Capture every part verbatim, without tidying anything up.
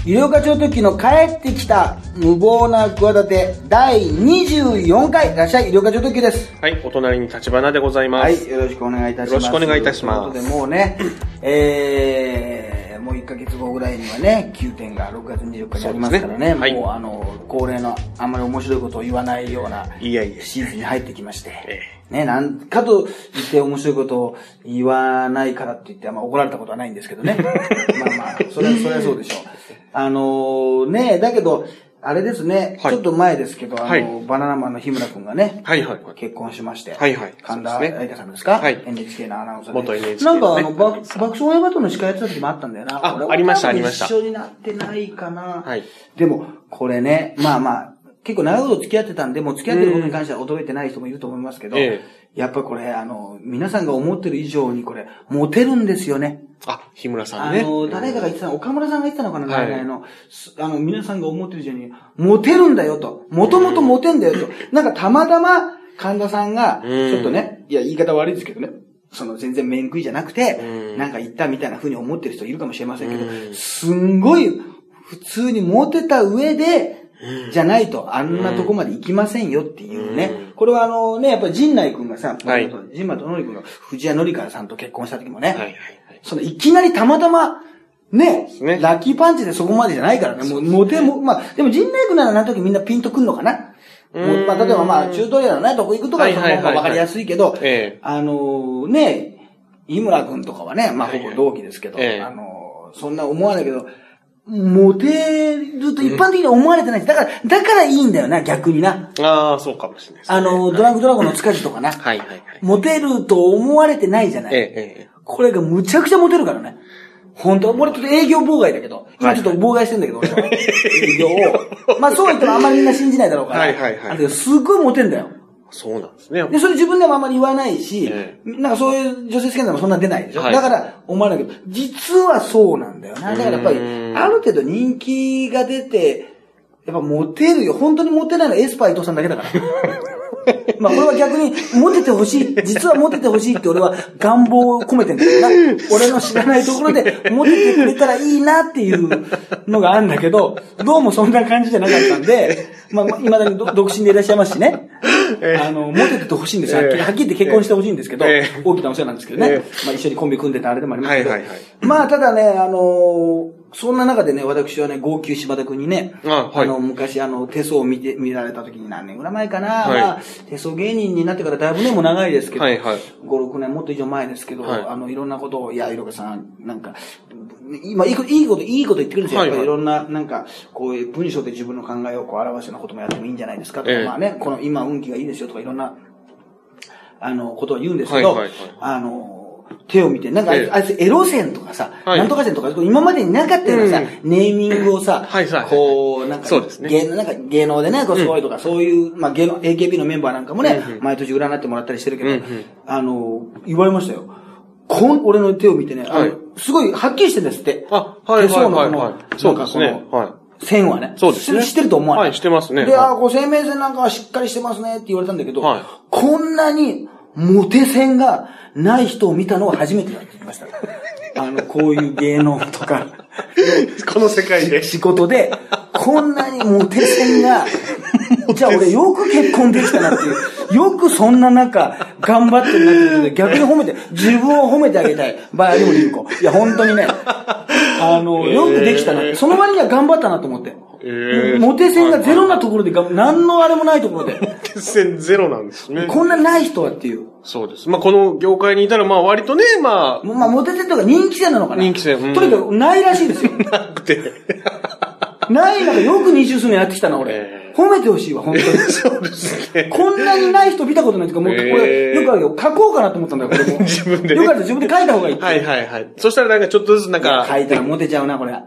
医療課長特急の帰ってきた無謀な企てだいにじゅうよんかい、いらっしゃい、医療課長特急です。 はい、お隣に立花でございます。 はい、よろしくお願いいたします。 よろしくお願いいたします。 ということでもうね、えー、もういっかげつごぐらいにはね、きゅうてんがろくがつにじゅうよっかにありますからね、ね、はい、もうあの、恒例のあんまり面白いことを言わないようなシーズンに入ってきまして、いやいやね、なんかと言って面白いことを言わないからって言って、まあ怒られたことはないんですけどね。まあまあ、それは、それはそうでしょう。あのー、ね、だけど、あれですね、はい、ちょっと前ですけど、あの、はい、バナナマンの日村くんがね、はいはい、結婚しまして、はいはい、神田愛花さんですか、はい、エヌエイチケー のアナウンサーで。元 エヌエイチケー の、ね。なんかあの、爆笑親バトの司会やってた時もあったんだよな。 あ、ありました、ありました。 一緒になってないかな。はい。でも、これね、まあまあ、結構長いこと付き合ってたんで、もう付き合ってることに関しては驚いてない人もいると思いますけど、ええ、やっぱりこれ、あの、皆さんが思ってる以上にこれ、モテるんですよね。 あ、日村さんね。 あの、誰かが言ってたの、岡村さんが言ってたのかな、はい、あの、あの、皆さんが思ってる以上に、モテるんだよと。もともとモテんだよと。なんかたまたま、神田さんが、ちょっとね、いや、言い方悪いですけどね、その全然面食いじゃなくて、なんか言ったみたいな風に思ってる人いるかもしれませんけど、すんごい、普通にモテた上で、じゃないと、あんなとこまで行きませんよっていうね。うん、これはあのね、やっぱり陣内くんがさ、はい、陣馬とのりくんが藤谷のりからさんと結婚した時もね、はいはいはい、そのいきなりたまたま、ね、ね、ラッキーパンチでそこまでじゃないからね、もう、モテも、まあ、でも陣内くんならあの時みんなピンとくんのかな。うんまあ、例えばまあ、チュートリアルのね、どこ行くとかその方がわかりやすいけど、あのね、井村くんとかはね、まあほぼ同期ですけど、はいはい、あのそんな思わないけど、モテると一般的に思われてないし、だから、だからいいんだよな、逆にな。 ああ、そうかもしれないですね。 あの、ドランクドラゴンの塚地とかな。はいはいはい。モテると思われてないじゃない。ええ、これがむちゃくちゃモテるからね。本当俺ちょっと営業妨害だけど、今ちょっと妨害してんだけど、俺は。営業を。まあそう言ってもあんまりみんな信じないだろうから。はいはいはい。だけどすっごいモテんだよ。 そうなんですね。 で、それ自分でもあんまり言わないし、ええ、なんかそういう女性スキャンダルもそんな出ないでしょ、はい、だから思わないけど、実はそうなんだよな。だからやっぱり、ある程度人気が出て、やっぱモテるよ。本当にモテないのはエスパー伊藤さんだけだから。まあ、俺は逆に、モテてほしい、実はモテてほしいって俺は願望を込めてんだけどな。俺の知らないところで、モテてくれたらいいなっていうのがあるんだけど、どうもそんな感じじゃなかったんで、まあ、未だに独身でいらっしゃいますしね。あの、モテててほしいんですよ。はっきり、はっきり言って結婚してほしいんですけど、大きなお世話なんですけどね。まあ、一緒にコンビ組んでたあれでもありますけど。はいはいはい。まあ、ただね、あの、そんな中でね、私はね、号泣柴田くんにね、あ、はい、あの、昔あの、手相を見て、見られた時に何年ぐらい前かな、はい、まあ、手相芸人になってからだいぶね、もう長いですけど、はいはい、ご、ろくねんもっと以上前ですけど、はい、あの、いろんなことを、いや、いろかさん、なんか、今、いいこと、いいこと、いいこと言ってくるんですよ。はいはい、やっぱりいろんな、なんか、こういう文章で自分の考えをこう表すようなこともやってもいいんじゃないですかとか、えー、まあね、この今運気がいいですよとか、いろんな、あの、ことを言うんですけど、はいはいはい、あの、手を見て、なんかあいつ、ええ、あいつエロ線とかさ、はい、なんとか線とか、今までになかったようなさ、うん、ネーミングをさ、はいはい、こう、なんか、そうですね、芸能、なんか芸能でね、こうすごいとか、うん、そういう、まあ芸能、エーケービー のメンバーなんかもね、うん、毎年占ってもらったりしてるけど、うん、あの、言われましたよ。こん、俺の手を見てね、あの、はい、すごいはっきりしてるんですって。あ、はいはいはい、はい。手相のこの、そうですね。はい。線はね。そうですね。知ってると思わない。 はい、してますね。 で、あ、こう生命線なんかはしっかりしてますねって言われたんだけど、はい、こんなにモテ線がない人を見たのは初めてだって言いました。あの、こういう芸能とか、 この世界で。 仕事で、こんなにモテ線が、じゃあ俺よく結婚できたなっていう。よくそんな中、頑張ってるなってことで、逆に褒めて、自分を褒めてあげたい。バイアリモリンコ。いや、本当にね、あの、よくできたな。その割には頑張ったなと思って。えー、モテ線がゼロなところで、何のあれもないところで。 モテ線ゼロなんですね。 こんなない人はっていう。 そうです。まあ、この業界にいたら、まあ、割とね、まあ。 まあ、モテ線とか人気線なのかな。 人気線。うん、 とにかくないらしいですよ。 なくて。 ないなんかよく二十数年やってきたな、俺。えー、褒めてほしいわ、本当に。 そうですね。 こんなにない人見たことないとか、もう、これ、よくあるよ。書こうかなと思ったんだよ、これも。 自分で、 ね。よかったら自分で書いた方がいい。 はいはいはい。そしたらなんかちょっとずつなんか。 書いたらモテちゃうな、これ。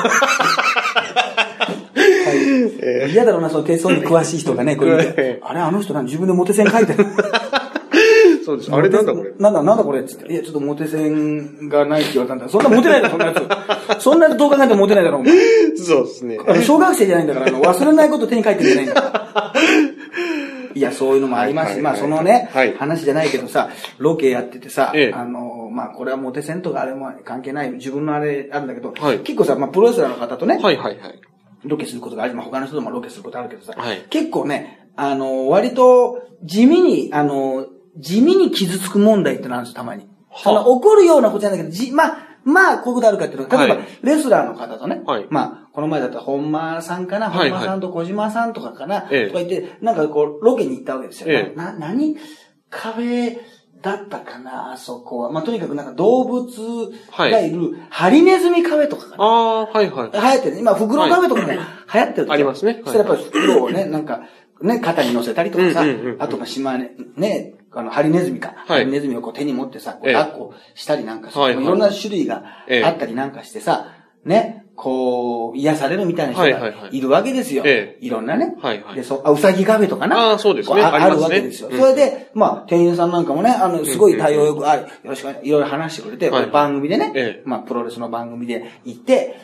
はい、嫌だろうな、その手相に詳しい人がね、これ見て、あれ、あの人なん自分でモテ線書いてる。 そうです。あれなんだこれ。 なんだ、なんだこれっつって。いや、ちょっとモテ線がないって言われたんだ。そんなモテないだろ、そんなやつ。そんな動画なんてモテないだろ、お前。 そうですね。 小学生じゃないんだから、あの、忘れないこと手に書いてるんじゃないんだから。 いや、そういうのもありますし、まあそのね、はい、話じゃないけどさ、ロケやっててさ、ええ、あの、まあこれはモテセンとかあれも関係ない、自分のあれあるんだけど、はい、結構さ、まあプロレスラーの方とね、はいはいはい、ロケすることがある、まあ他の人ともロケすることあるけどさ、はい、結構ね、あの、割と地味に、あの、地味に傷つく問題ってのあるんですよ、たまに。はあ、あの、怒るようなことじゃないけど、じ、まあ、まあ、こういうことあるかっていうと、例えば、はい、レスラーの方とね、はい、まあ、この前だったら本間さんかな、本間さんと小島さんとかかな、はいはい、とか言って、なんかこう、ロケに行ったわけですよ。ええ、な、何壁だったかな、あそこは。まあ、とにかくなんか動物がいる、ハリネズミ壁とかかな。 ああ、はいはい。 流行ってるね。今、袋壁とかも流行ってる、 はい、ありますね。 そしたらやっぱり袋をね、なんか、ね、肩に乗せたりとかさ、うんうんうんうん、あとが島ね、ね、あの、ハリネズミか。はい、ハリネズミをこう手に持ってさ、こう抱っこしたりなんかする、ええ、いろんな種類があったりなんかしてさ、ええ、ね、こう、癒されるみたいな人がいるわけですよ。はいはいはい、いろんなね。はいはい、で、そう、あ、うさぎ壁とかな。 ああ、そうですね。 あ, あるわけですよ。うん、それで、まあ、店員さんなんかもね、あの、すごい対応よく、あ、よろしく、いろいろ話してくれて、はい、番組でね、ええ、まあ、プロレスの番組で行って、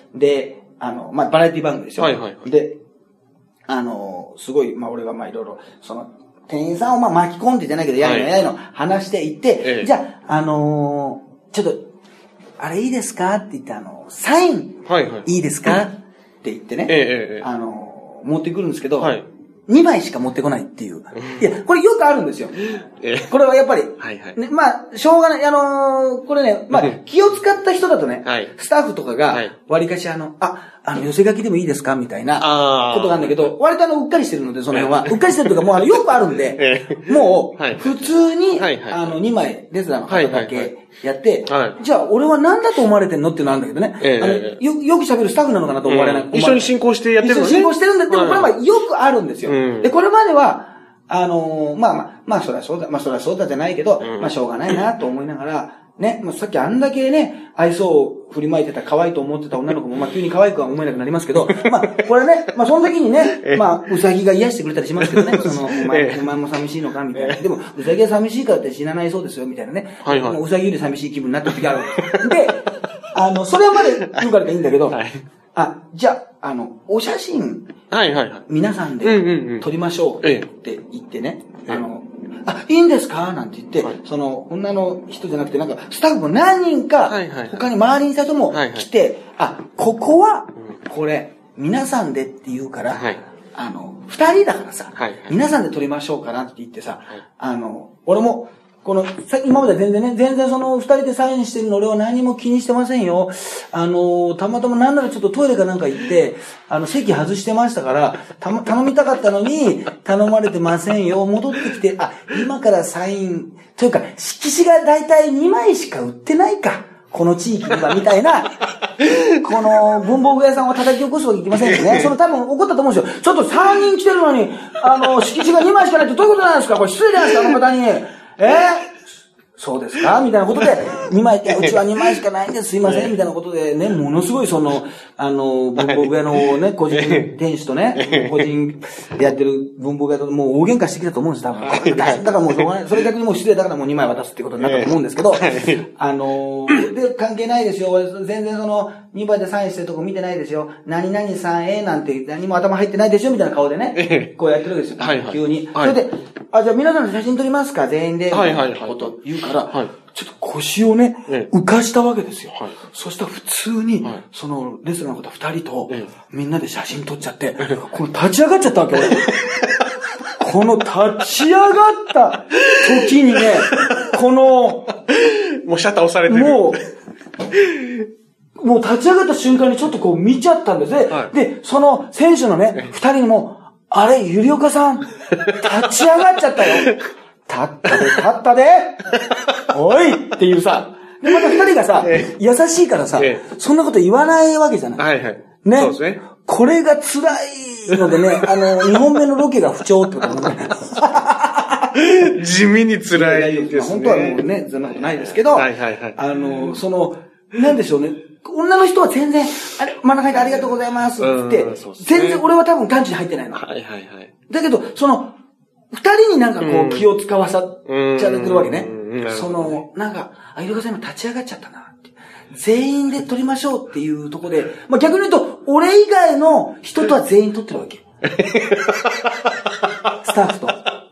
で、あの、まあ、バラエティ番組ですよ。はいはいはい、で、あの、すごい、まあ、俺がまあ、いろいろ、その、店員さんをまあ巻き込んでじゃないけど、やいのやいの話していって、はい、じゃあ、あのー、ちょっと、あれいいですかって言って、あの、サイン、はいはい、いいですかって言ってね、ええ、あのー、持ってくるんですけど、はい、にまいしか持ってこないっていう。いや、これよくあるんですよ。ええ、これはやっぱり、はいはい、ね、まあ、しょうがない、あのー、これね、まあ、気を使った人だとね、はい、スタッフとかが、割かしあの、あ、あの、寄せ書きでもいいですかみたいなことがあるんだけど、割とあの、うっかりしてるので、その辺は。うっかりしてるとか、もうあの、よくあるんで、もう、普通に、あの、にまい、レスラーの方だけやって、じゃあ、俺は何だと思われてんのっていうのあるんだけどね。あの、よ、よく喋るスタッフなのかなと思われない。 一緒に進行してやってるのね。 一緒に進行してるんだけど、これはよくあるんですよ。で、これまでは、あの、まあまあ、まあ、そりゃそうだ、まあ、そりゃそうだじゃないけど、まあ、しょうがないなと思いながら、ね、もうさっきあんだけね、愛想を振りまいてた可愛いと思ってた女の子も、まあ急に可愛くは思えなくなりますけど、まあこれね、まあその時にね、まあうさぎが癒してくれたりしますけどね、その、お前、お前も寂しいのかみたいな。でも、うさぎが寂しいからって死なないそうですよ、みたいなね。はいはい。もううさぎより寂しい気分になってる時ある。で、あの、それまで言うからいいんだけど、はい、あ、じゃあ、あの、お写真、はいはいはい。皆さんで撮りましょうって言ってね、あの、あ、いいんですかなんて言って、はい、その、女の人じゃなくて、なんか、スタッフも何人か、他に周りにいた人も来て、はいはい、あ、ここは、これ、皆さんでって言うから、はい、あの、二人だからさ、はいはい、皆さんで撮りましょうかなって言ってさ、はい、あの、俺も、この、今まで全然ね、全然その二人でサインしてるの俺は何も気にしてませんよ。あの、たまたまなんならちょっとトイレかなんか行って、あの、席外してましたから、たま、頼みたかったのに、頼まれてませんよ。戻ってきて、あ、今からサイン、というか、色紙がだいたいにまいしか売ってないか。この地域には、みたいな、この文房具屋さんを叩き起こすわけいきませんよね。その多分怒ったと思うんですよ。ちょっとさんにん来てるのに、あの、色紙がにまいしかないってどういうことなんですか？これ失礼じゃないですか、あの方に。えー、そうですかみたいなことで、にまい、うちはにまいしかないんです、すいませんみたいなことでね、ものすごいその、あの、文房具屋のね、個人店主とね、個人でやってる文房具屋ともう大喧嘩してきたと思うんです、多分。だからもうしょうがない。それ逆にもう失礼だからもうにまい渡すってことになったと思うんですけど、あの、で、関係ないですよ。全然その、にまいでサインしてるとこ見てないですよ。何々さんへなんて何も頭入ってないですよみたいな顔でね、こうやってるわけですよ。はいはい、急に。それで、あ、じゃあ皆さんで写真撮りますか全員で。はいはいはい。こと言うから、はい、ちょっと腰をね、浮かしたわけですよ。はい、そしたら普通に、はい、そのレスラーの方二人と、みんなで写真撮っちゃって、この立ち上がっちゃったわけ俺。この立ち上がった時にね、この、 もうシャッター押されてる。 もう、もう立ち上がった瞬間にちょっとこう見ちゃったんですね。はい、で、その選手のね、二人にも、あれ、ゆりおかさん、立ち上がっちゃったよ。立ったで、立ったで。おいっていうさ。で、また二人がさ、ええ、優しいからさ、ええ、そんなこと言わないわけじゃない。はいはい。ね。そうですね。これが辛いのでね、あの、二本目のロケが不調ってことね。 地味に辛いですね。 本当はもうね、そんなことないですけど、はいはいはい。あの、その、なんでしょうね。女の人は全然、あれ、真ん中にありがとうございますって、ね、全然俺は多分眼中に入ってないの。はいはいはい。だけど、その、二人になんかこう気を使わさっちゃれてるわけね。その、なんか、あ、ゆりおかさん今立ち上がっちゃったなって。全員で撮りましょうっていうところで、まあ逆に言うと、俺以外の人とは全員撮ってるわけ。スタッフと。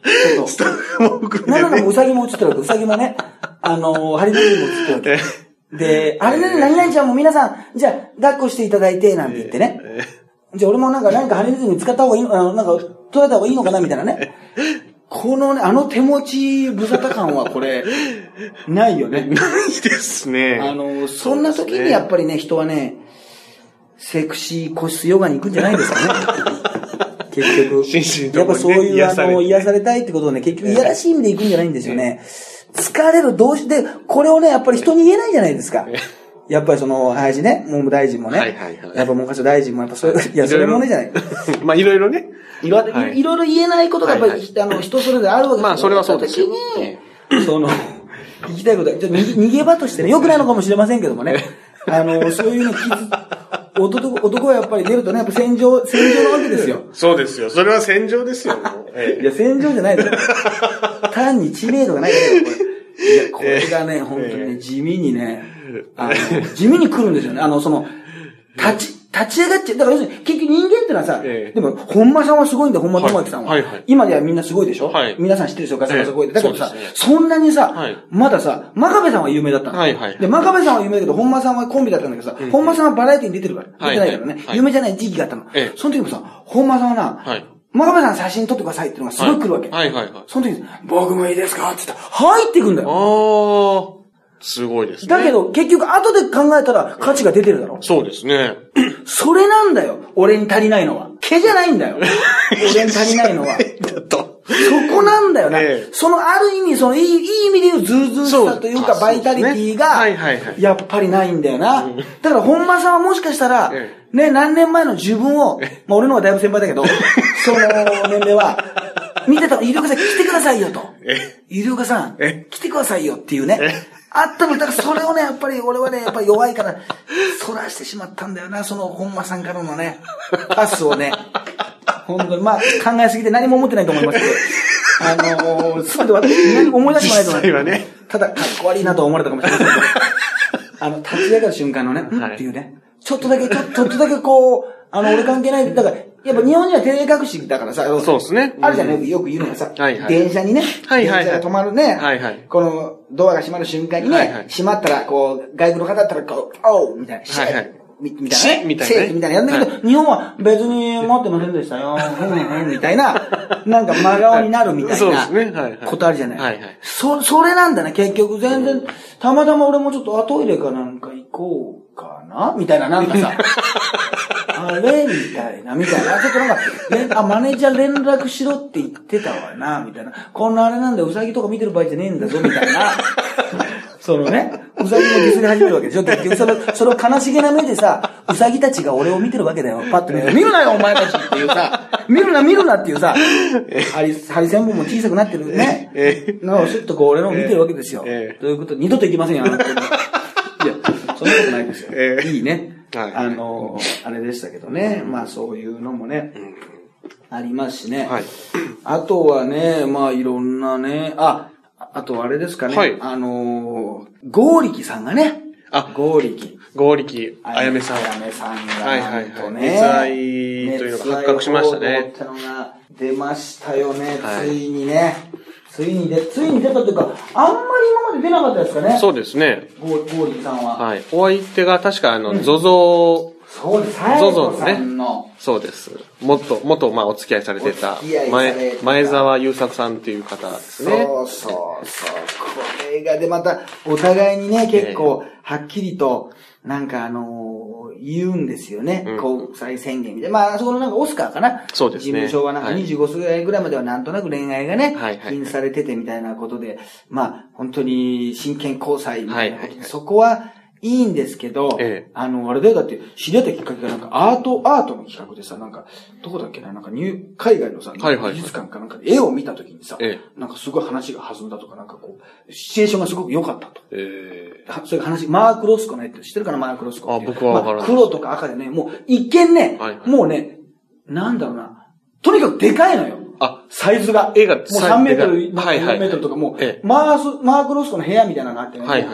スタッフも含めて、ね。 なんならもううさぎも映ってるわけ。うさぎもね、あのー、ハリネズミも映ってるわけ。で、あれね、何々ちゃんも皆さん、じゃあ、抱っこしていただいて、なんて言ってね。じゃあ俺もなんか、なんかハリネズミ使った方がいいの、あの、なんか、取れた方がいいのかな、みたいなね。このね、あの手持ち無沙汰感はこれ、ないよね。 ないですね。 あの、そんな時にやっぱりね、人はね、セクシー個室ヨガに行くんじゃないですかね。結局。やっぱそういう、あの、癒されたいってことをね、結局、いやらしい意味で行くんじゃないんですよね。疲れる、どうして、これをね、やっぱり人に言えないじゃないですか。やっぱりその、林ね、文部大臣もね。はいはいはい。やっぱ文科省大臣も、やっぱそういう、いや、それもねじゃない。 まあ、いろいろね。 いろいろ、いろいろ言えないことがやっぱり、あの、人それぞれあるわけですよ。 まあ、それはそうですよ。 その、行きたいことは、ちょっと逃げ場としてね、良くないのかもしれませんけどもね。あの、そういうの気づ、男、男はやっぱり出るとね、やっぱ戦場、戦場なわけですよ。 そうですよ。それは戦場ですよ。 いや、戦場じゃないですよ。単に知名度がないからよ、これ。いや、これがね、本当にね、地味にね、あの、地味に来るんですよね。あの、その、立ち、立ち上がっちゃう。だから要するに、結局人間ってのはさ、でも、本間さんはすごいんだよ、本間智明さんは。今ではみんなすごいでしょ。皆さん知ってるでしょ、ガサガサ声で。だけどさ、そんなにさ、まださ、真壁さんは有名だったの。で、真壁さんは有名だけど、本間さんはコンビだったんだけどさ、本間さんはバラエティに出てるから、出てないからね、有名じゃない時期があったの。その時もさ、本間さんはな、真壁さん写真撮ってくださいっていうのがすごい来るわけ。はいはいはい。その時に、僕もいいですかって言ったら、はいって言くんだよ。 ああ。すごいですね。 だけど、結局後で考えたら価値が出てるだろ。 そうですね。 それなんだよ。俺に足りないのは。毛じゃないんだよ。俺に足りないのは。そこなんだよな。ええ、そのある意味、そのいい、いい意味で言うズーズーしさというか、バイタリティが、やっぱりないんだよな。だから本間さんはもしかしたら、ええ、ね、何年前の自分を、まあ俺の方がだいぶ先輩だけど、その年齢は、見てた、医療家さん来てくださいよと。医療家さん、来てくださいよっていうね。あったの。だからそれをね、やっぱり俺はね、やっぱり弱いから、そらしてしまったんだよな、その本間さんからのね、パスをね。本当に、まあ、考えすぎて何も思ってないと思いますけど、あのー、すべて私、何も思い出してもないと思います。ね、ただ、かっこ悪いなと思われたかもしれませんけど、あの、立ち上がる瞬間のね、はい、っていうね、ちょっとだけ、ちょっとだけこう、あの、俺関係ない。だから、やっぱ日本人は照れ隠しだからさ、 そうですね。 あるじゃん、よく、よく言うのがさ、はいはい、電車にね、はいはいはい、電車が止まるね、はいはい、このドアが閉まる瞬間にね、はいはい、閉まったら、こう、外国の方だったら、こう、おうみたいな、はいはい、み, みたいなね。みたいな、ね。みたいなやんだけど、はい、日本は別に持ってませんでしたよ。うんうん、みたいな、なんか真顔になるみたいなことあるじゃない。はいはい、そ、それなんだね、結局。全然、たまたま俺もちょっと、あ、トイレかなんか行こうかなみたいな、なんかさ、あれみたいな、みたいな。ちょっとなんか、ね、あ、マネージャー連絡しろって言ってたわな、みたいな。こんなあれなんで、うさぎとか見てる場合じゃねえんだぞ、みたいな。そのね、うさぎもディスり始めるわけでしょ。結局その、その悲しげな目でさ、うさぎたちが俺を見てるわけだよ。パッと見て、見るなよお前たちっていうさ、見るな見るなっていうさ、ハリ、ハリセンボンも小さくなってるね。のをちょっとこう俺のを見てるわけですよ。ということ、二度と行きませんよ、あなた。いや、そんなことないですよ。いいね。あの、あれでしたけどね。まあそういうのもね、ありますしね。あとはね、まあいろんなね、あ、あとあれですかね。はい、あのー、ゴーリキさんがね。 あ、 ゴーリキ。 ゴーリキ、あやめさん。 あやめさんが、 はいはいはい。熱愛というのが発覚しましたね。 熱愛報道ってのが出ましたよね、はい、ついにね。ついに出、ついに出たというか、あんまり今まで出なかったですかね。 そうですね。 ゴー、ゴーリキさんは。 はい。お相手が確かあの、ゾゾ、 うんそうです。ゾゾのね。 そうです。もっと、もっと、まあ、お付き合いされてた、前、前澤友作さんっていう方ですね。 そうそうそう。これがで、また、お互いにね、結構、はっきりと、なんかあのー、言うんですよね。交際宣言みたいな。まあ、そこのなんかオスカーかな。 そうですね。 事務所はなんかにじゅうごさいぐらいまではなんとなく恋愛がね、禁止されててみたいなことで、まあ、本当に真剣交際みたいなことで、そこは、いいんですけど、ええ、あの、あれだよ、だって、知り合ったきっかけがなんか、アート、アートの企画でさ、なんか、どこだっけな、なんか、海外のさ、はいはい、美術館かなんかで絵を見たときにさ、ええ、なんかすごい話が弾んだとか、なんかこう、シチュエーションがすごく良かったと。ええ、そういう話、マーク・ロスコの絵って知ってるかな、マーク・ロスコって。 あ、僕はわからない。 まあ、黒とか赤でね、もう、一見ね、はいはい、もうね、なんだろうな、とにかくでかいのよ。 あ、 サイズが。 絵が、 もうさんメートル、よんメートルとかもう、ええ、マース、マーク・ロスコの部屋みたいなのがあってね。はいはい。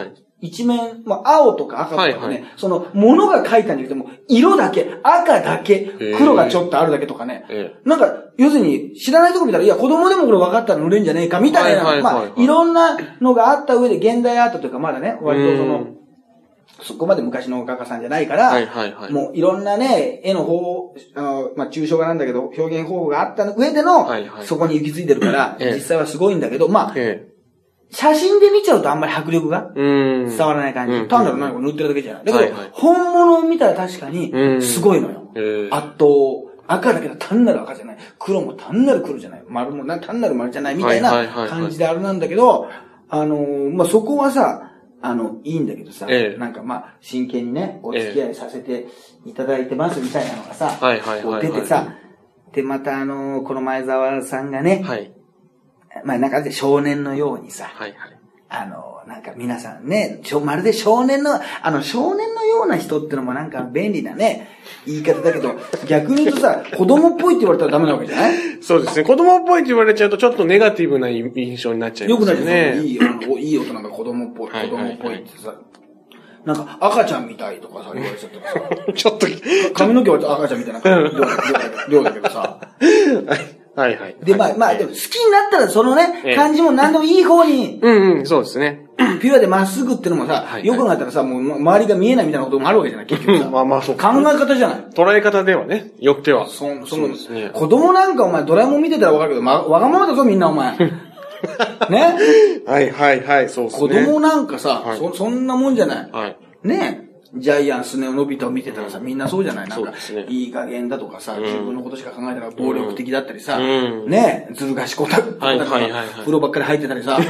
一面、まあ、青とか赤とかね、はいはい、その、物が書いたんじゃなくても、色だけ、赤だけ、黒がちょっとあるだけとかね。えー、なんか、要するに、知らないとこ見たら、いや、子供でもこれ分かったら塗れんじゃねえか、みたいな、はいはいはいはい、まあ、いろんなのがあった上で、現代アートというか、まだね、割とその、そこまで昔の画家さんじゃないから、はいはいはい、もういろんなね、絵の方、あの、まあ、抽象画なんだけど、表現方法があった上での、はいはい、そこに行き着いてるから、ええ、実際はすごいんだけど、まあ、ええ、写真で見ちゃうとあんまり迫力が伝わらない感じ。単なる何か塗ってるだけじゃない。だけど、はいはい、本物を見たら確かに、すごいのよ。圧倒。赤だけど単なる赤じゃない。黒も単なる黒じゃない。丸も単なる丸じゃないみたいな感じであれなんだけど、あのー、まあ、そこはさ、あの、いいんだけどさ、ええ、なんかまあ、真剣にね、お付き合いさせていただいてますみたいなのがさ、はいはいはいはい、出てさ、で、またあのー、この前澤さんがね、はい、まあなんか少年のようにさ、はいはい、あのー、なんか皆さんね、まるで少年の、あの少年のような人ってのもなんか便利なね、言い方だけど、逆に言うとさ、子供っぽいって言われたらダメなわけじゃない？ そうですね。子供っぽいって言われちゃうとちょっとネガティブな印象になっちゃいますね。よくないですよ。いい、あの、いい大人が子供っぽい、子供っぽいってさ、はいはいはい、なんか赤ちゃんみたいとかさ、言われちゃってさ、ちょっと、髪の毛は赤ちゃんみたいな量だけどさ、 はいはい。 で、まあ、まあ、でも好きになったらそのね、感じも何でもいい方に。 うんうん、そうですね。 ピュアでまっすぐってのもさ、よくなったらさ、もう周りが見えないみたいなこともあるわけじゃない、結局さ。 まあまあそう。 考え方じゃない。 捉え方ではね、よっては。 そ、その、子供なんかお前ドラえもん見てたらわかるけど、ま、わがままだぞみんなお前。ねはいはいはい、そうっすね。 子供なんかさ、そ、そんなもんじゃない。はい。ねジャイアン、スネ夫、のび太を見てたらさ、みんなそうじゃないなんか、ね、いい加減だとかさ、うん、自分のことしか考えたら暴力的だったりさ、うん、ねずる賢かったりとか、風呂ばっかり入ってたりさ、ね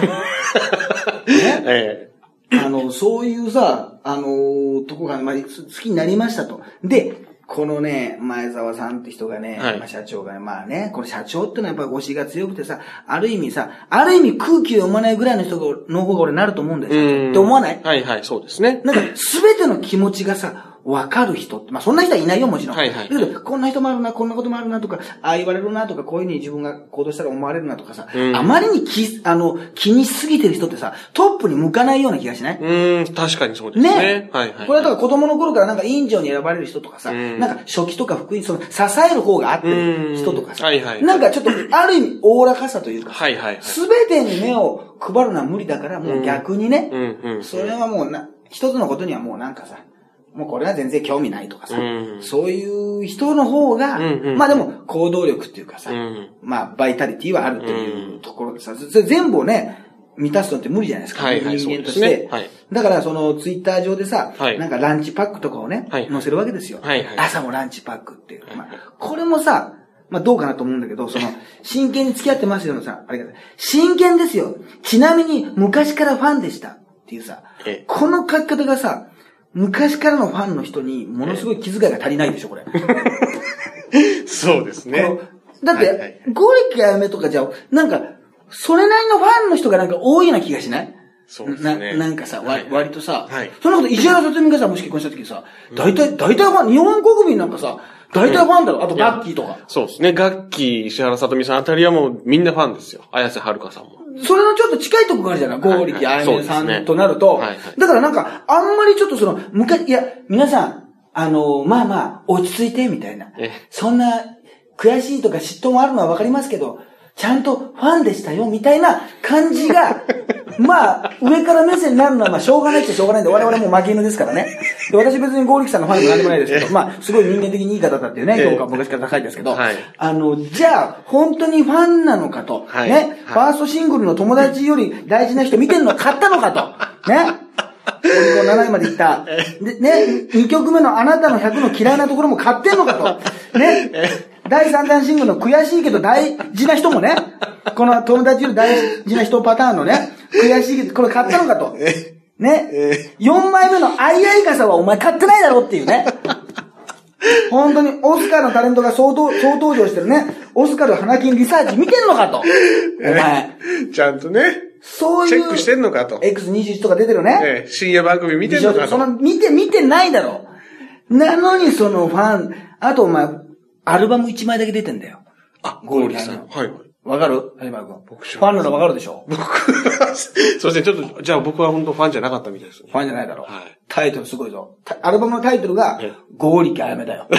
ええ、あの、そういうさ、あの、とこが、まあ、好きになりましたと。で、このね、前澤さんって人がね、はい、まあ、社長がね、まあね、これ社長ってのはやっぱり推しが強くてさ、ある意味さ、ある意味空気を読まないぐらいの人の方が俺なると思うんだよ。って思わない？ はいはい、そうですね。 なんか、すべての気持ちがさ、わかる人って、まあそんな人はいないよ、もちろん。はいはい。だけど、こんな人もあるな、こんなこともあるなとか、ああ言われるなとか、こういうふうに自分が行動したら思われるなとかさ、うん、あまりに気、あの、気にしすぎてる人ってさ、トップに向かないような気がしない？ うん、確かにそうですね。ね。はいはい。 これはだから子供の頃からなんか委員長に選ばれる人とかさ、うん、なんか初期とか福音、その支える方が合ってる人とかさ、はいはい。なんかちょっと、ある意味、おおらかさというか、はいはい。すべてに目を配るのは無理だから、もう逆にね、うんうん、それはもうな、一つのことにはもうなんかさ、もうこれは全然興味ないとかさ、うん、そういう人の方が、うんうん、まあでも行動力っていうかさ、うん、まあバイタリティはあるっていうところでさ、それ全部をね、満たすのって無理じゃないですか、はいはい、人間として、ねはい。だからそのツイッター上でさ、はい、なんかランチパックとかをね、はい、載せるわけですよ、はいはい。朝もランチパックっていう。まあ、これもさ、まあどうかなと思うんだけど、その、真剣に付き合ってますよのさ、あれが、真剣ですよ。ちなみに昔からファンでしたっていうさ、この書き方がさ、昔からのファンの人にものすごい気遣いが足りないでしょ、これ。 そうですね。 だって、はいはい、ゴリキあやめとかじゃ、なんか、それなりのファンの人がなんか多いような気がしない？ そうですね。 な、なんかさ、はい、割とさ、はい、そんなこと石原さとみがさ、もし結婚した時さ、大体、大体ファン、日本国民なんかさ、大体ファンだろ、うん、あとガッキーとか。 そうですね。ガッキー、石原さとみさんあたりはもうみんなファンですよ。綾瀬はるかさんも。 それのちょっと近いとこがあるじゃない、ゴーリキあやめさんとなると。はいはい、だからなんか、あんまりちょっとその、昔、いや、皆さん、あの、まあまあ、落ち着いて、みたいな。そんな、悔しいとか嫉妬もあるのはわかりますけど、ちゃんとファンでしたよ、みたいな感じが、まあ、上から目線になるのは、まあ、しょうがないってしょうがないんで、我々も負け犬ですからね。で私別にゴーリキさんのファンでも何でもないですけど、まあ、すごい人間的にいい方だっていうね、評価は昔から高いですけど、はい、あの、じゃあ、本当にファンなのかと、はい、ね、はい、ファーストシングルの友達より大事な人見てるの買ったのかと、ね。オリコンなないまで行った。で、ね、にきょくめのあなたのひゃくの嫌いなところも買ってんのかと。ね。だいさんだんシングルの悔しいけど大事な人もね、この友達より大事な人パターンのね、悔しいけど、これ買ったのかと。ね。よんまいめのあいあい傘はお前買ってないだろっていうね。本当にオスカーのタレントが総登場してるね、オスカル花金リサーチ見てんのかと。お前。 ちゃんとね。 そういう。 チェックしてんのかと。 エックスにじゅういち とか出てるね。 ええ、深夜番組見てんのかと。 その、見て、見てないだろ。なのにそのファン、あとお前、アルバムいちまいだけ出てんだよ。 あ、ゴーリキさん。はい。 わかる？有馬君。ファンならわかるでしょ？ 僕は、そうですね、ちょっと、じゃあ僕は本当ファンじゃなかったみたいです。 ファンじゃないだろう。はい。タイトルすごいぞ。アルバムのタイトルが、剛力あやめだよ。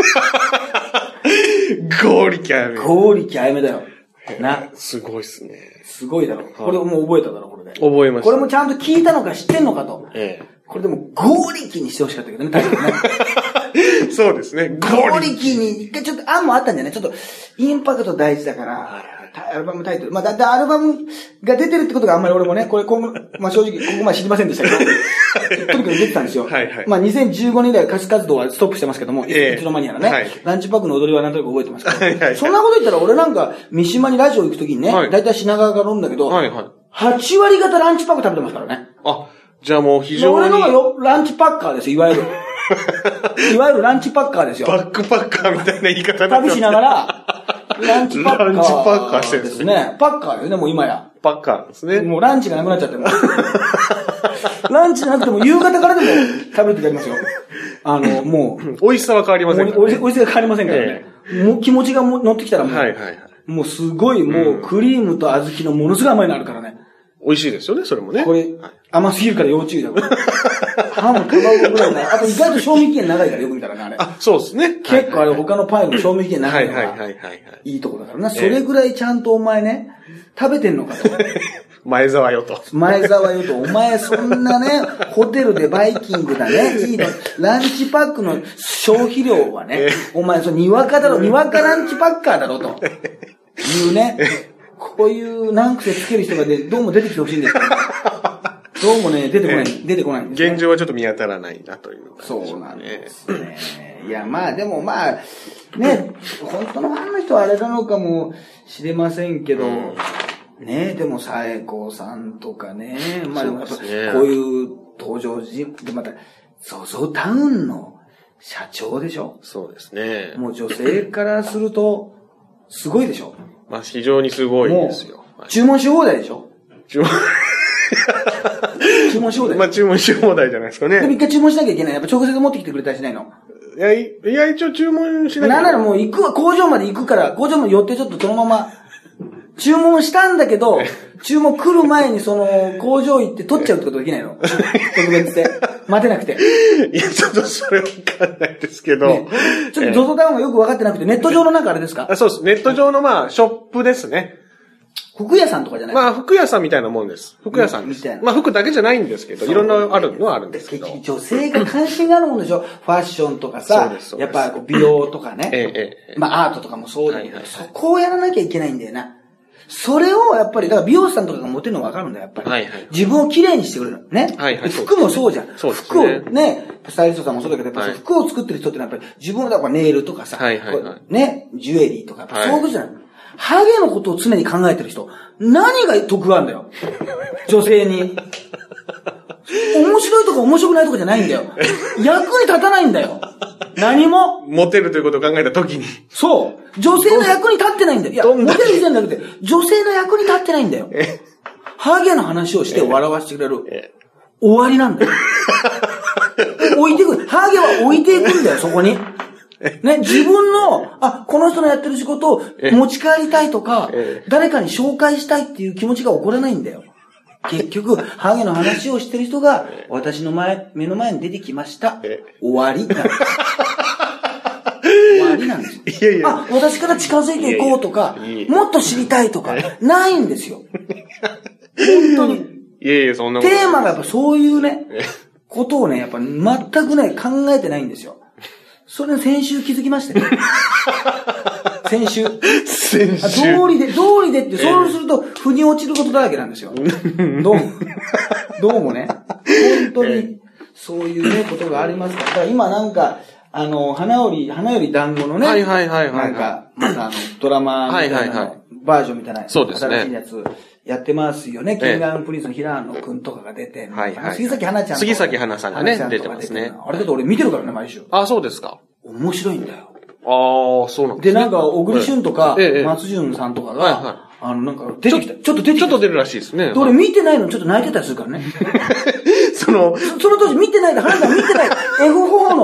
剛力あやめ。 剛力あやめだよ。な。 すごいっすね。 すごいだろ。これもう覚えただろ、これで。 覚えました。 これもちゃんと聞いたのか知ってんのかと。ええ。これでも、剛力にしてほしかったけどね、タイトルね。 そうですね。 剛力に、一回ちょっと案もあったんじゃない？ちょっと、インパクト大事だから、アルバムタイトル。まあ、だってアルバムが出てるってことがあんまり俺もね、これ今後、まあ正直、ここまで知りませんでしたけど、とにかく出てたんですよ。はいはい。まあにせんじゅうごねん以来歌手活動はストップしてますけども、ええ、いつの間にやらね、はい。ランチパックの踊りはなんとなく覚えてますけど、はいはい。そんなこと言ったら俺なんか、三島にラジオ行くときにね、はい、だいたい品川から飲んだけど、はいはい。はち割方ランチパック食べてますからね。 あ、じゃあもう非常に。 俺のがよ、ランチパッカーですよ、いわゆる。いわゆるランチパッカーですよ。 バックパッカーみたいな言い方旅しながら、ランチパッカー。 ランチパッカーしてるんですね。パッカーよね、もう今や。 パッカーですね。 もうランチがなくなっちゃってる。ランチなくても夕方からでも食べてやりますよ。あの、もう。 美味しさは変わりませんから、 ね。美味しさは変わりませんからね。えー、もう気持ちが乗ってきたらもう。はいはいはい。もうすごいもうクリームと小豆のものすごい甘いのあるからね。 美味しいですよね、それもね。 これ、甘すぎるから要注意だ。ハム、卵ぐらいな。あと意外と賞味期限長いからよく見たらね、あれ。 あ、そうですね。 結構あれ他のパイの賞味期限長いのがいいとこだからな。それぐらいちゃんとお前ね、食べてんのかと。 前澤よと。 前澤よと。お前そんなね、ホテルでバイキングだね。いいの。ランチパックの消費量はね、お前そのにわかだろ、にわかランチパッカーだろと。いうね。こういう難癖つける人がね、どうも出てきてほしいんですけど、どうもね、出てこない、出てこないんです、 ね。現状はちょっと見当たらないなという、ね。 そうなんですね。いや、まあでもまあ、ね、本当のファンの人はあれなのかもしれませんけど、うん、ね、でも西郷さんとかね、まあでもやっぱこういう登場人、でまた、ゾゾタウンの社長でしょ？ そうですね。 もう女性からすると、すごいでしょ？ まあ非常にすごいですよ。 注文し放題でしょ？注文注文し放題。 まあ注文し放題じゃないですかね。 でも一回注文しなきゃいけない。やっぱ直接持ってきてくれたりしないの？ いや、いや一応注文しなきゃいけない。 なんならもう行くわ、工場まで行くから、工場まで寄ってちょっとそのまま、注文したんだけど、注文来る前にその工場行って取っちゃうってことできないの？特別で。待てなくて。 いや、ちょっとそれわかんないですけど。ね、 ちょっと ゾゾ タウンがよくわかってなくて、ネット上のなんかあれですか？ あ、そうです。ネット上のまあ、ショップですね。 服屋さんとかじゃない？ まあ、服屋さんみたいなもんです。服屋さんです。みたいな。まあ、服だけじゃないんですけど、いろんなあるのはあるんですけど。 女性が関心があるもんでしょ？ファッションとかさ、やっぱ美容とかね。ええ、ええ。まあ、アートとかもそうだけど、はいはいはい、そこをやらなきゃいけないんだよな。それをやっぱり、だから美容師さんとかがモテるの分かるんだよ、やっぱり。はいはい、自分を綺麗にしてくれるの。ね。はいはい、服もそうじゃん。そうですね。服をね、スタイリストさんもそうだけど、やっぱり、はい、服を作ってる人ってのはやっぱり自分のだからネイルとかさ、はいはいはい、ね、ジュエリーとか、そういうことじゃない。ハゲのことを常に考えてる人、何が得があるんだよ。女性に。面白いとか面白くないとかじゃないんだよ。役に立たないんだよ。何も。 モテるということを考えたときに。 そう。女性の役に立ってないんだよ。いや、モテる時点じゃなくて、女性の役に立ってないんだよ。ハゲの話をして笑わせてくれる。終わりなんだよ。置いていく。ハゲは置いていくんだよ、そこに。ね、自分の、あ、この人のやってる仕事を持ち帰りたいとか、誰かに紹介したいっていう気持ちが起こらないんだよ。結局、ハゲの話をしてる人が、私の前、目の前に出てきました。終わりなんです。終わりなんですよ。いやいやあ、私から近づいていこうとか、いやいやもっと知りたいとか、ないんですよ。本当に。 いやいや、そんなことテーマがやっぱそういうね、ことをね、やっぱ全くね、考えてないんですよ。それ先週気づきましたよ。先週。先週。道理で、道理でって、そうすると、腑に落ちることだらけなんですよ。どうも、どうもね。本当に、そういうね、ことがありますから。だから今なんか、あの、花より、花より団子のね。はいはいはいはい。なんか、またあの、ドラマみたいなのバージョンみたいな。そうですね。新しいやつ。やってますよね。キングアンドプリンスの平野くんとかが出て。はいはい。杉咲花ちゃん。 杉咲花さんがね、出てますね。 あれだと俺見てるからね、毎週。 あ、そうですか。 面白いんだよ。 ああ、そうなんですね。で、なんか、小栗旬とか、松潤さんとかが、はいはい。あの、なんか、出てきた。ちょっと出てきた。 ちょっと出るらしいですね。 俺見てないのにちょっと泣いてたりするからね。その、その当時見てないで、花ちゃん見てない。エフフォー の、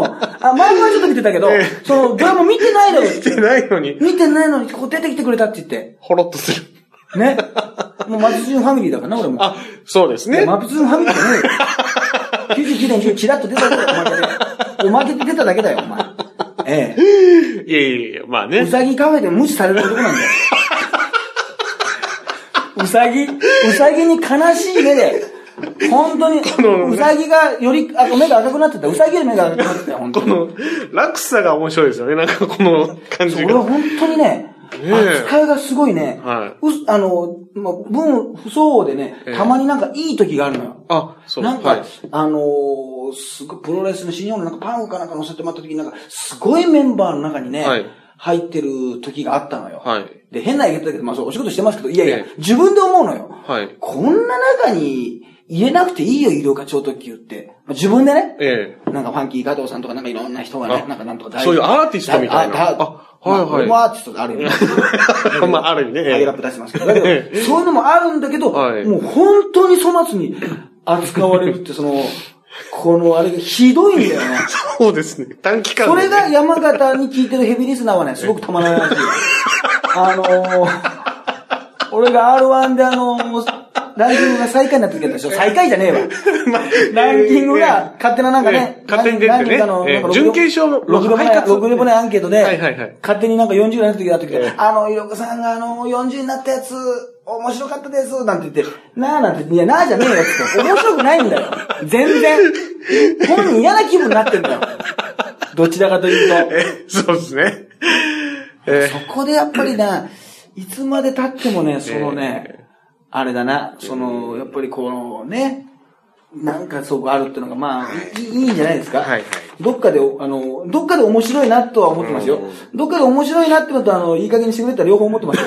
あ、漫画はちょっと見てたけど、えー、その、ドラマ見てないのに。 見てないのに。 見てないのに、ここ出てきてくれたって言って。 ほろっとする。 ね。もう、マツジュンファミリーだからな、俺も。 あ、そうですね。 マツジュンファミリーじゃねえよ。きゅうじゅうきゅうねん中チラッと出ただけだよ、おまけで。おまけで出ただけだよ、お前。ええ。いやいやいや、まあね。 うさぎカフェで無視される男なんだよ。うさぎ、うさぎに悲しい目で、本当に、うさぎがより、あ、目が赤くなってた。うさぎより目が赤くなってたよ、本当に。 この、落差が面白いですよね、なんかこの感じが。 俺は本当にね、扱いがすごいね、 はい、 うあの、まあ、分不相応でね、たまになんかいい時があるのよ。 あ、そうなんか、はい、あのー、すごいプロレスの新日本のなんかパンフかなんか乗せてもらった時になんか、すごいメンバーの中にね、はい、入ってる時があったのよ。はい。で、変な言い方だけど、まあそう、お仕事してますけど、いやいや、ええ、自分で思うのよ。はい。こんな中に入れなくていいよ、医療課長特急って。まあ、自分でね。ええ。なんかファンキー加藤さんとかなんかいろんな人がね、なんかなんとか大そういうアーティストみたいな。あ、あはいはい。 俺もアーティストである意味。 まあ、ある意味ね。 ハゲラップ出してますけど。だけど、そういうのもあるんだけど、はい、もう本当に粗末に扱われるって、その、このあれがひどいんだよね。 そうですね。短期間で、ね。 それが山形に聞いてるヘビーリスナーはね、すごくたまらないし。あのー、俺が アールワン であのー、ランキングが最下位になってるでしょ。最下位じゃねえわ。ランキングが勝手ななんかね、 勝手に出てね。準決勝ろくじゅうごねんアンケートで、勝手になんかよんじゅうぐらいの時だった時で、あの、いろくさんがあの、よんじゅうになったやつ、面白かったです、なんて言って、なーなんて、いや、なーじゃねえよって面白くないんだよ。全然。本人嫌な気分になってんだよ。どちらかというと。そうですね。 そこでやっぱりな、いつまで経ってもね、そのね、あれだな、その、やっぱりこのね、なんかそうあるっていうのが、まあ、いい、いいんじゃないですか。はいはい。どっかで、あの、どっかで面白いなとは思ってますよ。どっかで面白いなってのと、あの、いい加減にしてくれたら両方思ってますよ。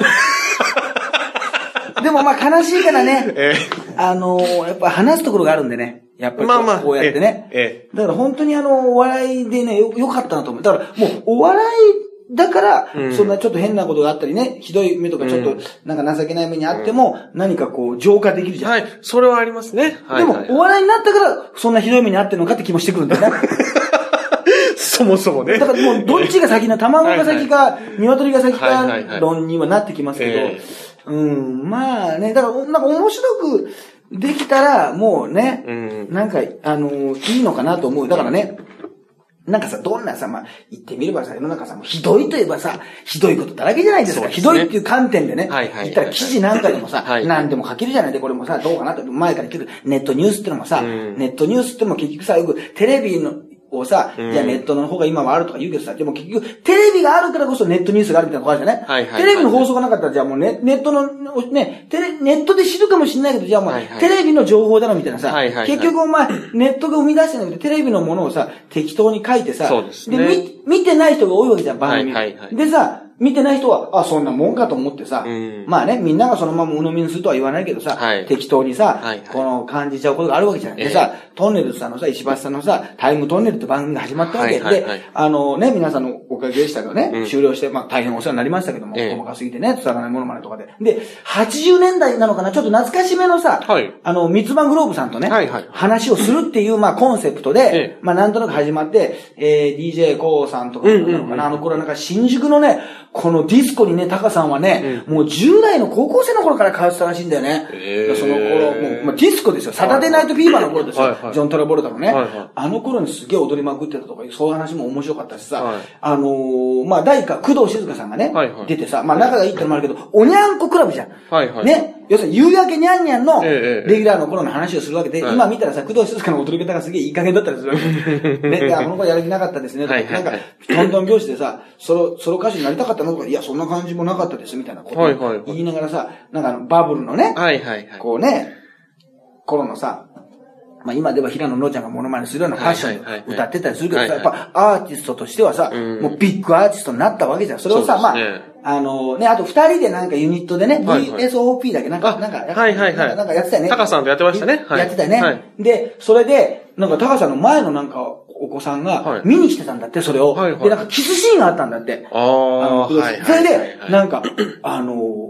でもまあ悲しいからね、えー、あの、やっぱ話すところがあるんでね。やっぱりこう、まあまあ、こうやってね。えー、だから本当にあの、お笑いでね、よ、よかったなと思う。だからもう、お笑い、だから、うん、そんなちょっと変なことがあったりね、ひどい目とかちょっと、なんか情けない目にあっても、うん、何かこう、浄化できるじゃん。 はい、それはありますね。 はい、でも、お笑いになったから、そんなひどい目にあってるのかって気もしてくるんだよね。 そもそもね。 だからもう、どっちが先な、卵が先か、鶏が先か、論にはなってきますけど、えー、うん、まあね、だから、なんか面白くできたら、もうね、うん、なんか、あの、いいのかなと思う。だからね、なんかさ、どんなさ、まあ、言ってみればさ、世の中さ、もうひどいといえばさ、ひどいことだらけじゃないですか。すね、ひどいっていう観点でね。はいはいはいはい、言ったら記事なんかでもさ、はいはい、何でも書けるじゃないで、これもさ、どうかなと、前から言ってるネットニュースってのもさ、うん、ネットニュースってのも結局さ、よくテレビの、をさ、うん、じゃあネットの方が今はあるとか言うけどさ、でも結局、テレビがあるからこそネットニュースがあるみたいなことあるじゃない、はいはいはい、テレビの放送がなかったら、じゃあもうネネットの、ね、テレ、ネットで知るかもしれないけど、じゃあもう、はいはい、テレビの情報だろみたいなさ、はいはいはい、結局お前、ネットが生み出してなくて、テレビのものをさ、適当に書いてさ、そうですね、で、み、見てない人が多いわけじゃん、番組。はいはいはい、でさ、見てない人は、あ、そんなもんかと思ってさ、うん、まあね、みんながそのまま鵜呑みにするとは言わないけどさ、はい、適当にさ、はいはい、この感じちゃうことがあるわけじゃない。えー、でさ、トンネルズさんのさ、石橋さんのさ、タイムトンネルって番組が始まったわけで、はいはいはい、あのね、皆さんのおかげでしたけどね、うん、終了して、まあ大変お世話になりましたけども、細かすぎてね、伝わらないものまねとかで。で、はちじゅうねんだいなのかな、ちょっと懐かしめのさ、はい、あの、三つ葉グローブさんとね、はいはい、話をするっていう、まあコンセプトで、えー、まあなんとなk始まって、えー、ディージェー コーさんとかなのかな、うんうんうん、あの頃はなんか新宿のね、このディスコにね、タカさんはね、うん、もうじゅう代の高校生の頃から通ってたらしいんだよね。えー、その頃、もう、まあ、ディスコですよ。サタデーナイトフィーバーの頃ですよ。はいはい、ジョン・トラボルタのね、はいはい。あの頃にすげえ踊りまくってたとか、そういう話も面白かったしさ、はい、あのー、まあ、第一回、工藤静香さんがね、はいはい、出てさ、まあ、仲がいいってのもあるけど、おにゃんこクラブじゃん。はいはい、ね。要するに、夕焼けにゃんにゃんの、レギュラーの頃の話をするわけで、えー、今見たらさ、工藤静香の踊り方がすげえいい加減だったりするわけ。ね。いや、この子やる気なかったですね。はいはいはい、なんか、トントン拍子でさ、ソロ、ソロ歌手になりたかったのとか、いや、そんな感じもなかったですみたいなことを言いながらさ、なんかあのバブルのね、はいはいはい、こうね、頃のさ、まあ今では平野のちゃんがモノマネするようなファッションで歌ってたりするけどさ、やっぱアーティストとしてはさ、もうビッグアーティストになったわけじゃん。それをさ、まあ、あのね、あと二人でなんかユニットでね、ブイエスオーピー だけなんか、なんか、はいはいはい、なんかやってたよね。タカさんとやってましたね。やってたよね。で、それで、なんかタカさんの前のなんか、お子さんが見に来てたんだって、それを。はいはい、で、なんかキスシーンがあったんだって。ああ、はいはい、それで、なんか、あのー、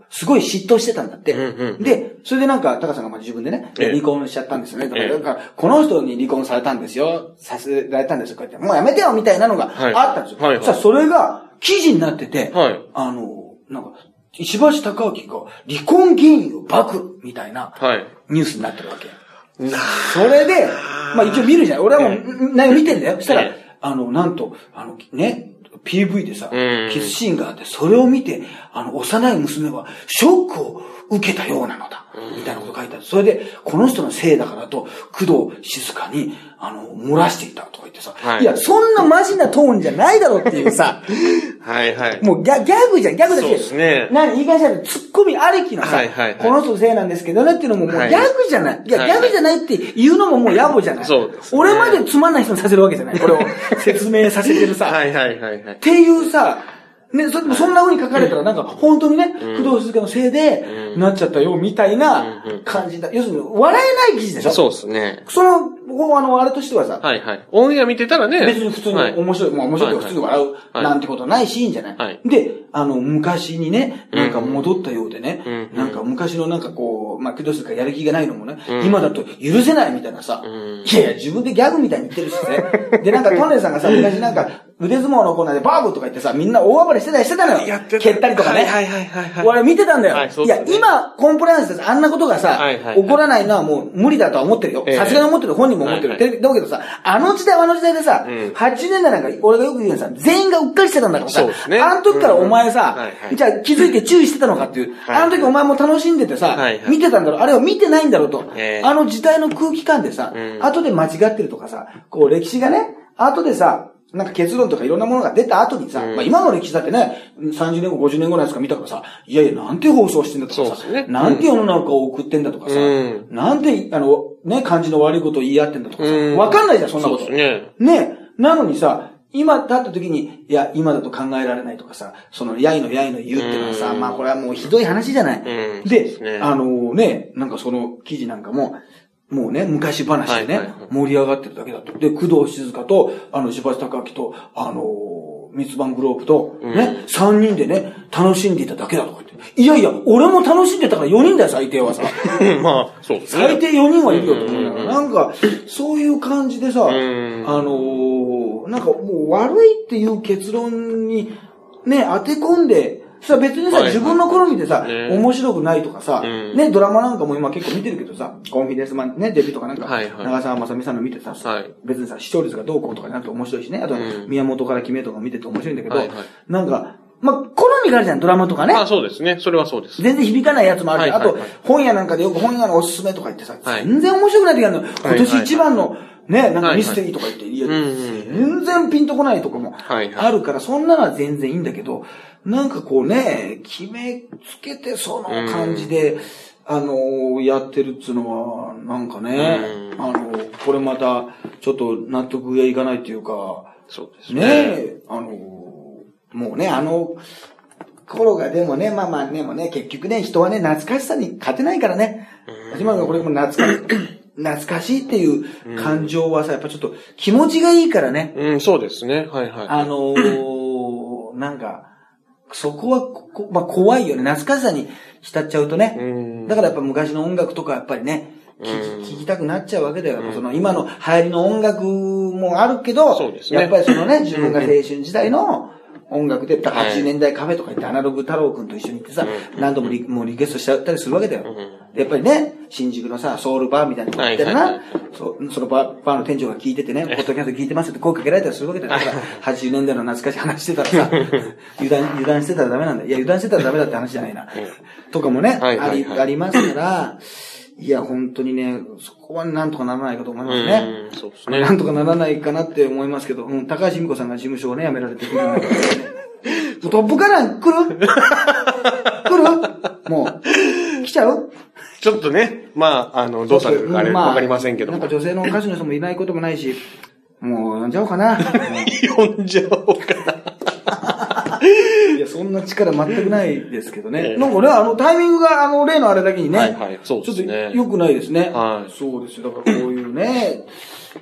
すごい嫉妬してたんだって。 うんうんうん、 で、それでなんか、タカさんがまあ自分でね、ええ、離婚しちゃったんですよね。だから、だからこの人に離婚されたんですよ。させられたんですよ。こうやって、もうやめてよみたいなのがあったんですよ。はいはいはい、さあ、それが記事になってて、はい、あの、なんか、石橋貴明が離婚原因を暴露みたいなニュースになってるわけ。はい、それで、まあ一応見るじゃない。俺はもう、内容見てんだよ。そしたら、あの、なんと、あの、ね、ピーブイ でさ、キスシーンがあって、それを見て、あの、幼い娘はショックを受けたようなのだ。みたいなこと書いてある。それで、この人のせいだからと、工藤静香に、あの、漏らしていたとか言ってさ、はい、いや、そんなマジなトーンじゃないだろっていうさ、 はいはい。 もうギャギャグじゃん、ギャグだし、そうですね。 何、言い返したらツッコミありきのさ、はいはいはい、この人のせいなんですけどねっていうのももうギャグじゃない。はい、いや、ギャグじゃないって言うのももう野暮じゃない。そうです、ね。俺までつまんない人にさせるわけじゃない。これを説明させてるさ。 はいはいはいはい。 っていうさ、ね、そ、そんな風に書かれたらなんか本当にね、うん、工藤静香のせいで、なっちゃったよ、みたいな感じだ。うんうん、要するに、笑えない記事でしょ？ そうですね。 その、あの、あれとしてはさ。 はいはい。オンエア見てたらね。 別に普通に面白い、はい、まあ面白いけど普通に笑うなんてことないシーンじゃない。はい、で、あの、昔にね、なんか戻ったようでね、うん、なんか昔のなんかこう、まあ、工藤静香やる気がないのもね、うん、今だと許せないみたいなさ、うん、いやいや、自分でギャグみたいに言ってるしね。で、なんかトンネルさんがさ、昔なんか、腕相撲のコーナーでバーブとか言ってさ、みんな大暴れしてたりしてたのよ。やってた。蹴ったりとかね。はいはいはいはい。俺見てたんだよ。はい、そうですね。いや、今、コンプライアンスであんなことがさ、はいはいはい、起こらないのはもう無理だとは思ってるよ。さすがに思ってる。本人も思ってる。はいはい、だけどさ、あの時代はあの時代でさ、うん、はちじゅうねんだいなんか、俺がよく言うのさ、全員がうっかりしてたんだからさ、そうですね。あの時からお前さ、うんはいはい、じゃあ気づいて注意してたのかっていう、はいはい、あの時お前も楽しんでてさ、はいはい、見てたんだろう。あれは見てないんだろうと。えー、あの時代の空気感でさ、うん、後で間違ってるとかさ、こう歴史がね、後でさ、なんか結論とかいろんなものが出た後にさ、うん、まあ今の歴史だってね、さんじゅうねんご、ごじゅうねんごのやつか見たからさ、いやいや、なんて放送してんだとかさ、ね、なんて世の中を送ってんだとかさ、うん、なんて、あの、ね、感じの悪いことを言い合ってんだとかさ、わ、うん、かんないじゃん、そんなこと。そうですね。ね、なのにさ、今だった時に、いや、今だと考えられないとかさ、その、やいのやいの言うっていうのはさ、まあこれはもうひどい話じゃない。うん、で、ね、あのね、なんかその記事なんかも、もうね、昔話でね、はいはいはい、盛り上がってるだけだと。で、工藤静香と、あの、石橋貴明と、あのー、三つ葉グローブと、ね、三、うん、人でね、楽しんでいただけだとか言って。いやいや、俺も楽しんでたからよにんだよ、最低はさ。 まあ、そうですね。 最低よにんはいるよと思うよ。なんか、そういう感じでさ、あのー、なんかもう悪いっていう結論に、ね、当て込んで、さ、別にさ、はいはい、自分の好みでさ、ね、面白くないとかさ、うん、ね、ドラマなんかも今結構見てるけどさ、コンフィデンスマンね、デビューとかなんか、はいはい、長澤まさみさんの見てさ、はい、別にさ、視聴率がどうこうとかになって面白いしね、あと、うん、宮本から決めとか見てて面白いんだけど、はいはい、なんか、まあ、好みがあるじゃん、ドラマとかね。 あ、そうですね。それはそうです。 全然響かないやつもあるじゃん。はいはいはい、あと、本屋なんかでよく本屋のおすすめとか言ってさ、はい、全然面白くない時あるの。今年一番の、ね、なんかミステリーとか言って、いや、全然ピンとこないとかもあるから、そんなのは全然いいんだけど、なんかこうね、決めつけてその感じで、あの、やってるっつうのは、なんかね、あの、これまた、ちょっと納得がいかないっていうか、 そうですね。 ね、あの、もうね、あの、頃がでもね、まあまあね、もね、結局ね、人はね、懐かしさに勝てないからね。今のこれも懐かしい。懐かしいっていう感情はさ、やっぱちょっと気持ちがいいからね。 うん、そうですね。はいはい。 あのー、なんか、そこはこ、まあ、怖いよね。懐かしさに浸っちゃうとね。うんだからやっぱ昔の音楽とかやっぱりね、聞き、聞きたくなっちゃうわけだよ。うんその今の流行りの音楽もあるけど、そうですね、やっぱりそのね、自分が青春時代の音楽で、はちじゅうねんだいカフェとか行ってアナログ太郎くんと一緒に行ってさ、うん、何度もリもうリクエストしちゃったりするわけだよ。うん、でやっぱりね、新宿のさ、ソウルバーみたいなとこ行ってるな、はいはいはい、そ, そのバー、バーの店長が聞いててね、ポッドキャスト聞いてますって声かけられたりするわけだよ。だから、はちじゅうねんだいの懐かしい話してたらさ、油断、油断してたらダメなんだよ。いや、油断してたらダメだって話じゃないな。とかもね、はいはいはい、あり、ありますから、いや、本当にね、そこはなんとかならないかと思いますね。うんそうですね。なんとかならないかなって思いますけど、うん、高橋美子さんが事務所をね、辞められてくるんだけどね。トップカラー来る来るもう、来ちゃうちょっとね、まあ、あの、どうされるかあれ、わ、まあ、かりませんけど。 なんか女性の歌手の人もいないこともないし、もう呼んじゃおうかな。 呼んじゃおうかな。 いや、そんな力全くないですけどね。えー、なんかね、あの、タイミングが、あの、例のあれだけにね、はいはい、そうですね、ちょっと良くないですね。はい。そうですよ。だからこういうね、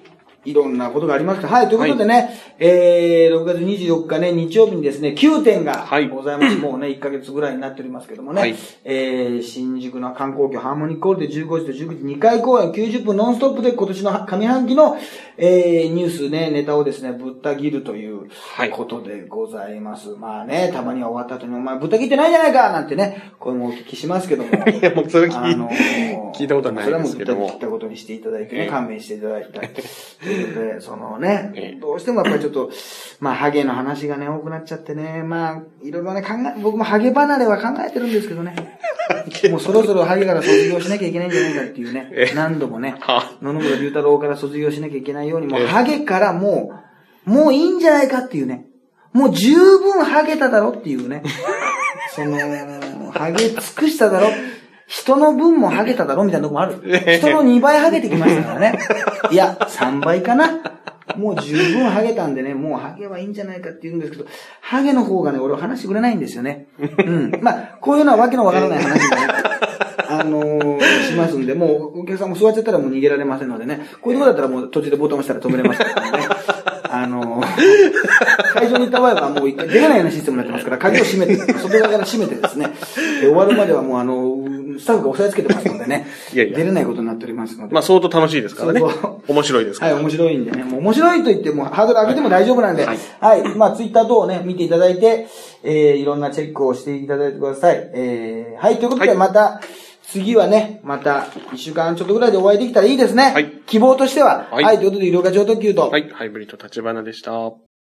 いろんなことがありますから。はい、ということでね、はい、えー、ろくがつにじゅうよっかね、日曜日にですね、きゅうてんがございます。はい、もうね、いっかげつぐらいになっておりますけどもね、はい、えー、新宿の観光局ハーモニックホールでじゅうごじとじゅうくじにかい公演きゅうじゅっぷんノンストップで今年の上半期の、えー、ニュースね、ネタをですね、ぶった切るということでございます。はい、まあね、たまには終わった後にお前ぶった切ってないじゃないかなんてね、これもお聞きしますけども。 いや、もうそれ聞い、あのー、聞いたことはないですけども。 それはもうぶった切ったことにしていただいてね、えー、勘弁していただきたい。ということで、そのね、えー、どうしてもやっぱりちょっと、まあ、ハゲの話がね、多くなっちゃってね、まあ、いろいろね、考え、僕もハゲ離れは考えてるんですけどね。もうそろそろハゲから卒業しなきゃいけないんじゃないかっていうね、えー、何度もね、野々村龍太郎から卒業しなきゃいけないように、もうハゲからもう、もういいんじゃないかっていうね、もう十分ハゲただろっていうね、その、ハゲ尽くしただろ。人の分もハゲただろみたいなとこもある。人のにばいハゲてきましたからね。いや、さんばいかな。もう十分ハゲたんでね、もうハゲはいいんじゃないかって言うんですけど、ハゲの方がね、俺は話してくれないんですよね。うん。まあ、こういうのはわけのわからない話がね、あのー、しますんで、もうお客さんも座っちゃったらもう逃げられませんのでね、こういうとこだったらもう途中でボタン押したら止めれますからね。あのー、会場に行った場合はもう一回出れないようなシステムになってますから、鍵を閉めて、外側から閉めてですね、終わるまではもうあのー、スタッフが押さえつけてますのでね、いやいや出れないことになっておりますので。 まあ相当楽しいですからね。面白いですから。 はい、面白いんでね、もう面白いと言ってもハードル上げても大丈夫なんで、はい。はい、まあツイッター等をね、見ていただいて、えー、いろんなチェックをしていただいてください。えー、はい、ということでまた、はい、次はね、また、一週間ちょっとぐらいでお会いできたらいいですね。はい。希望としては。はい。はい、ということで、医療課長特急と。 はい、ハイブリッド立花でした。